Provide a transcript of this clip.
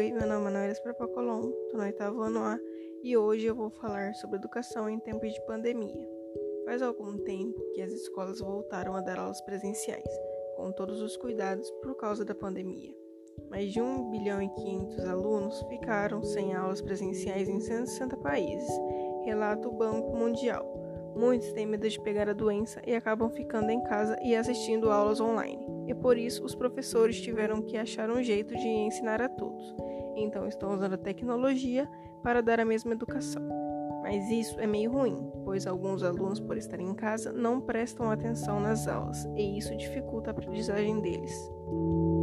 Oi, meu nome é Ana Pacolon, estou no 8º ano A e hoje eu vou falar sobre educação em tempos de pandemia. Faz algum tempo que as escolas voltaram a dar aulas presenciais, com todos os cuidados por causa da pandemia. Mais de 1,5 bilhão alunos ficaram sem aulas presenciais em 160 países, relata o Banco Mundial. Muitos têm medo de pegar a doença e acabam ficando em casa e assistindo aulas online. E por isso, os professores tiveram que achar um jeito de ensinar a todos. Então, estão usando a tecnologia para dar a mesma educação. Mas isso é meio ruim, pois alguns alunos, por estarem em casa, não prestam atenção nas aulas, e isso dificulta a aprendizagem deles.